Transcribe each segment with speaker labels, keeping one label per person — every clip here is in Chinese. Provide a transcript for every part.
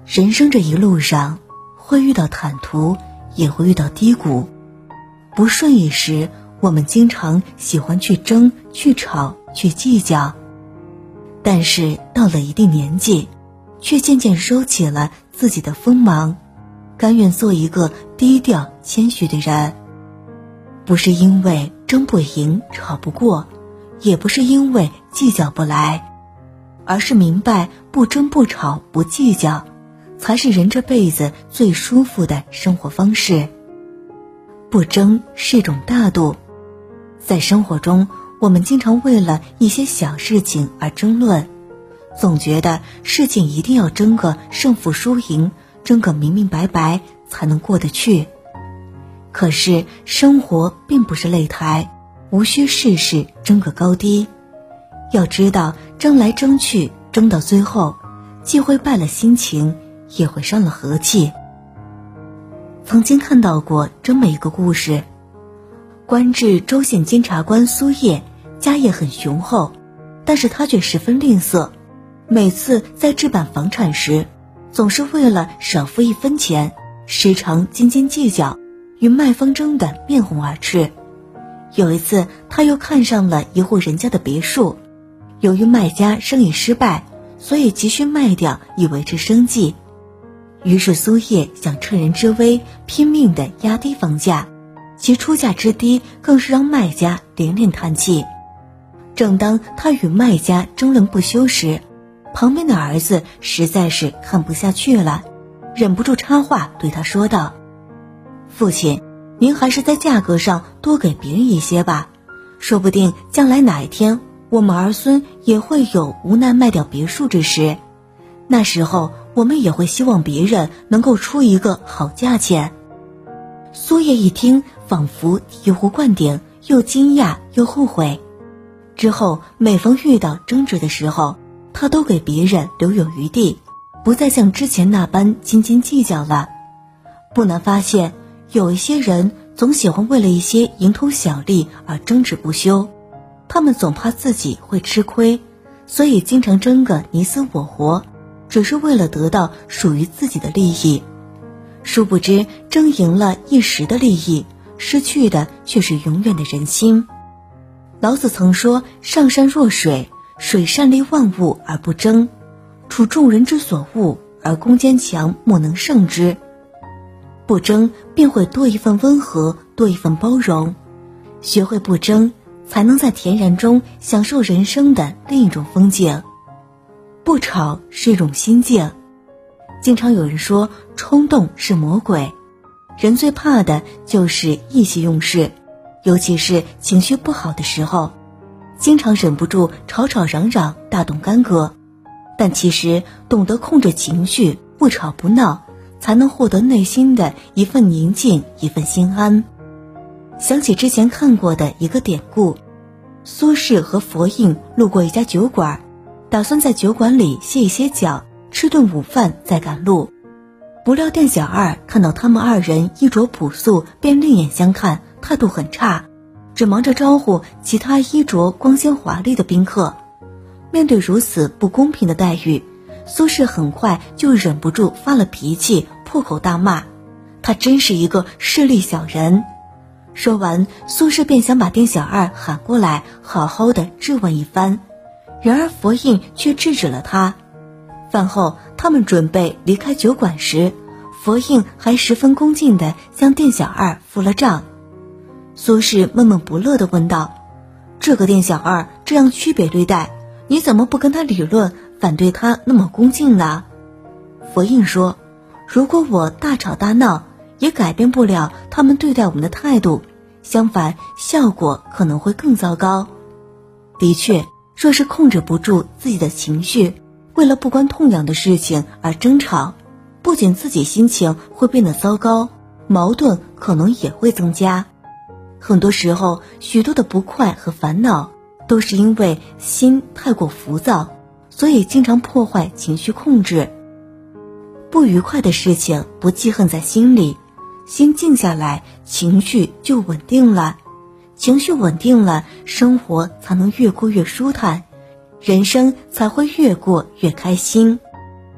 Speaker 1: 人生这一路上，会遇到坦途，也会遇到低谷。不顺意时，我们经常喜欢去争、去吵、去计较。但是到了一定年纪，却渐渐收起了自己的锋芒，甘愿做一个低调谦虚的人。不是因为争不赢、吵不过，也不是因为计较不来，而是明白不争不吵不计较，才是人这辈子最舒服的生活方式。不争是一种大度。在生活中，我们经常为了一些小事情而争论，总觉得事情一定要争个胜负输赢，争个明明白白才能过得去。可是生活并不是擂台，无需事事争个高低。要知道，争来争去，争到最后，既会败了心情，也会伤了和气。曾经看到过这么一个故事，官至州县监察官苏叶家业很雄厚，但是他却十分吝啬，每次在置办房产时，总是为了少付一分钱，时常斤斤计较，与卖方争得面红耳赤。有一次，他又看上了一户人家的别墅，由于卖家生意失败，所以急需卖掉以维持生计。于是苏叶想趁人之危，拼命地压低房价，其出价之低更是让卖家连连叹气。正当他与卖家争论不休时，旁边的儿子实在是看不下去了，忍不住插话对他说道：父亲，您还是在价格上多给别人一些吧，说不定将来哪一天我们儿孙也会有无奈卖掉别墅之时，那时候我们也会希望别人能够出一个好价钱。苏叶一听，仿佛醍醐灌顶，又惊讶又后悔。之后每逢遇到争执的时候，他都给别人留有余地，不再像之前那般斤斤计较了。不难发现，有一些人总喜欢为了一些蝇头小利而争执不休，他们总怕自己会吃亏，所以经常争个你死我活，只是为了得到属于自己的利益。殊不知，争赢了一时的利益，失去的却是永远的人心。老子曾说，上善若水，水善利万物而不争，处众人之所恶，而攻坚强莫能胜之。不争便会多一份温和，多一份包容。学会不争，才能在恬然中享受人生的另一种风景。不吵是一种心境。经常有人说，冲动是魔鬼，人最怕的就是意气用事，尤其是情绪不好的时候，经常忍不住吵吵嚷嚷，大动干戈。但其实懂得控制情绪，不吵不闹，才能获得内心的一份宁静，一份心安。想起之前看过的一个典故，苏轼和佛印路过一家酒馆，打算在酒馆里歇一歇脚，吃顿午饭再赶路。不料店小二看到他们二人衣着朴素，便另眼相看，态度很差，只忙着招呼其他衣着光鲜华丽的宾客。面对如此不公平的待遇，苏轼很快就忍不住发了脾气，破口大骂他真是一个势利小人。说完，苏轼便想把店小二喊过来，好好的质问一番，然而佛印却制止了他。饭后他们准备离开酒馆时，佛印还十分恭敬地向店小二付了账。苏轼闷闷不乐地问道：这个店小二这样区别对待，你怎么不跟他理论，反对他那么恭敬呢？佛印说：如果我大吵大闹，也改变不了他们对待我们的态度，相反，效果可能会更糟糕。的确，若是控制不住自己的情绪，为了不关痛痒的事情而争吵，不仅自己心情会变得糟糕，矛盾可能也会增加。很多时候，许多的不快和烦恼，都是因为心太过浮躁，所以经常破坏情绪控制。不愉快的事情不记恨在心里，心静下来，情绪就稳定了。情绪稳定了，生活才能越过越舒坦，人生才会越过越开心。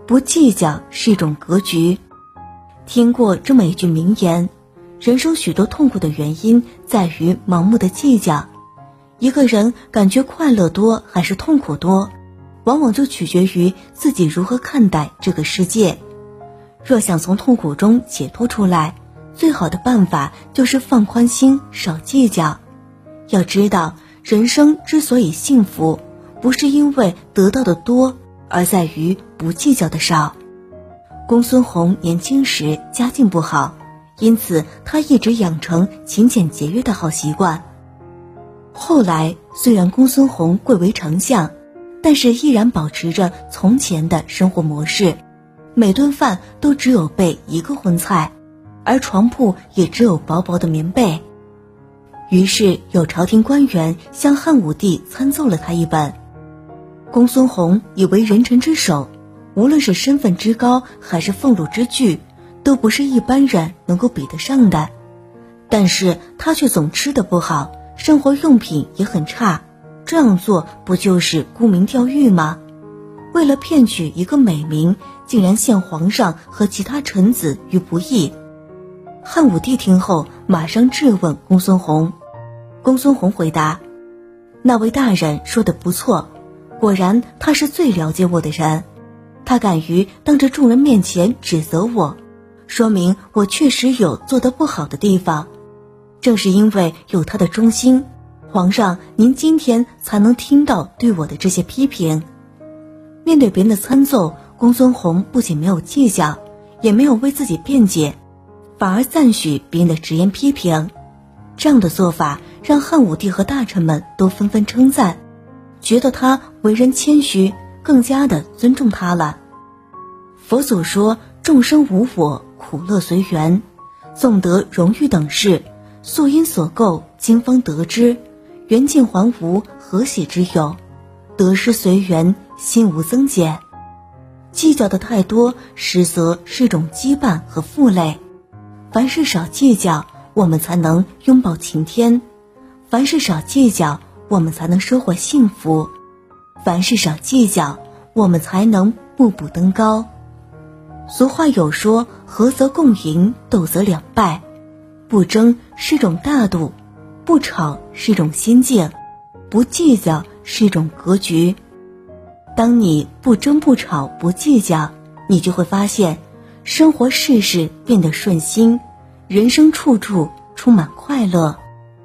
Speaker 1: 不计较是一种格局。听过这么一句名言，人生许多痛苦的原因在于盲目的计较。一个人感觉快乐多还是痛苦多，往往就取决于自己如何看待这个世界。若想从痛苦中解脱出来，最好的办法就是放宽心，少计较。要知道，人生之所以幸福，不是因为得到的多，而在于不计较的少。公孙弘年轻时家境不好，因此他一直养成勤俭节约的好习惯。后来虽然公孙弘贵为丞相，但是依然保持着从前的生活模式，每顿饭都只有备一个荤菜，而床铺也只有薄薄的棉被。于是有朝廷官员向汉武帝参奏了他一本。公孙弘以为人臣之首，无论是身份之高还是俸禄之巨，都不是一般人能够比得上的。但是他却总吃得不好，生活用品也很差，这样做不就是沽名钓誉吗？为了骗取一个美名，竟然陷皇上和其他臣子于不义。汉武帝听后马上质问公孙弘。公孙弘回答：那位大人说得不错，果然他是最了解我的人，他敢于当着众人面前指责我，说明我确实有做得不好的地方。正是因为有他的忠心，皇上您今天才能听到对我的这些批评。面对别人的参奏，公孙弘不仅没有计较，也没有为自己辩解，反而赞许别人的直言批评。这样的做法让汉武帝和大臣们都纷纷称赞，觉得他为人谦虚，更加的尊重他了。佛祖说，众生无我，苦乐随缘，纵得荣誉等事，素因所构，今方得之，缘尽还无，何喜之有？得失随缘，心无增减。计较的太多，实则是一种羁绊和负累。凡事少计较，我们才能拥抱晴天；凡事少计较，我们才能收获幸福；凡事少计较，我们才能步步登高。俗话有说，和则共赢，斗则两败。不争是一种大度，不吵是一种心境，不计较是一种格局。当你不争不吵不计较，你就会发现生活事事变得顺心，人生处处充满快乐。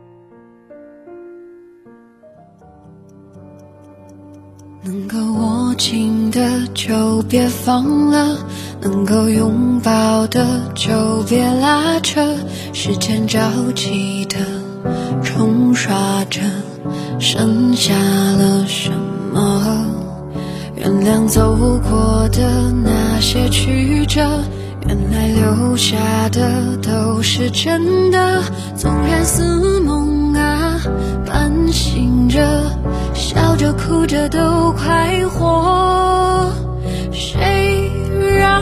Speaker 2: 能够握紧的就别放了，能够拥抱的就别拉扯，时间着急的冲刷着，剩下了什么？原谅走过的那些曲折，原来留下的都是真的，纵然似梦啊，半醒着，笑着哭着都快活。谁让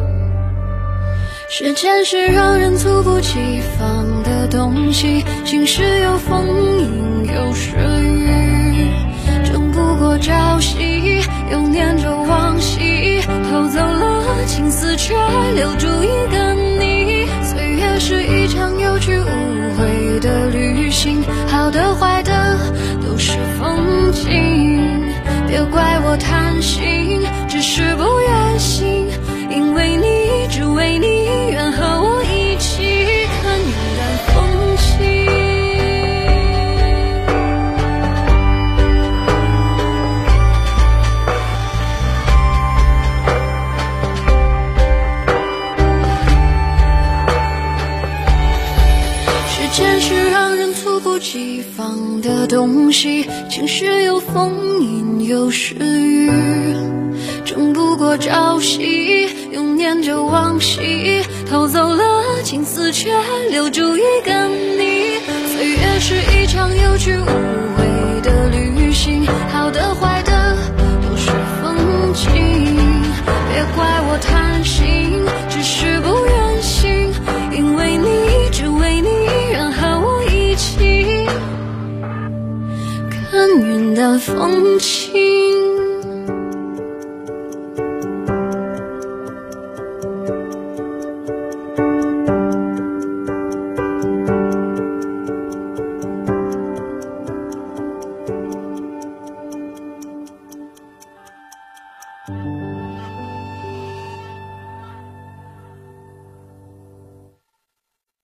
Speaker 2: 时间是让人猝不及防的东西，晴时有风阴有时雨，争不过朝夕，又念着往昔，偷走了青丝却留住一个你。岁月是一场有去无回的旅行，好的坏的都是风景，别怪我贪心，只是不愿醒，因为你，只为你，愿和我一起看云淡风轻。时间是让人猝不及防的东西，晴时有风阴有时雨，争不过朝夕，又念着往昔，偷走了青丝却留住一个你。岁月是一场有去无回的旅行，好的坏的都是风景，别怪我贪心，只是不愿醒，因为你，只为你，愿和我一起看云淡风轻。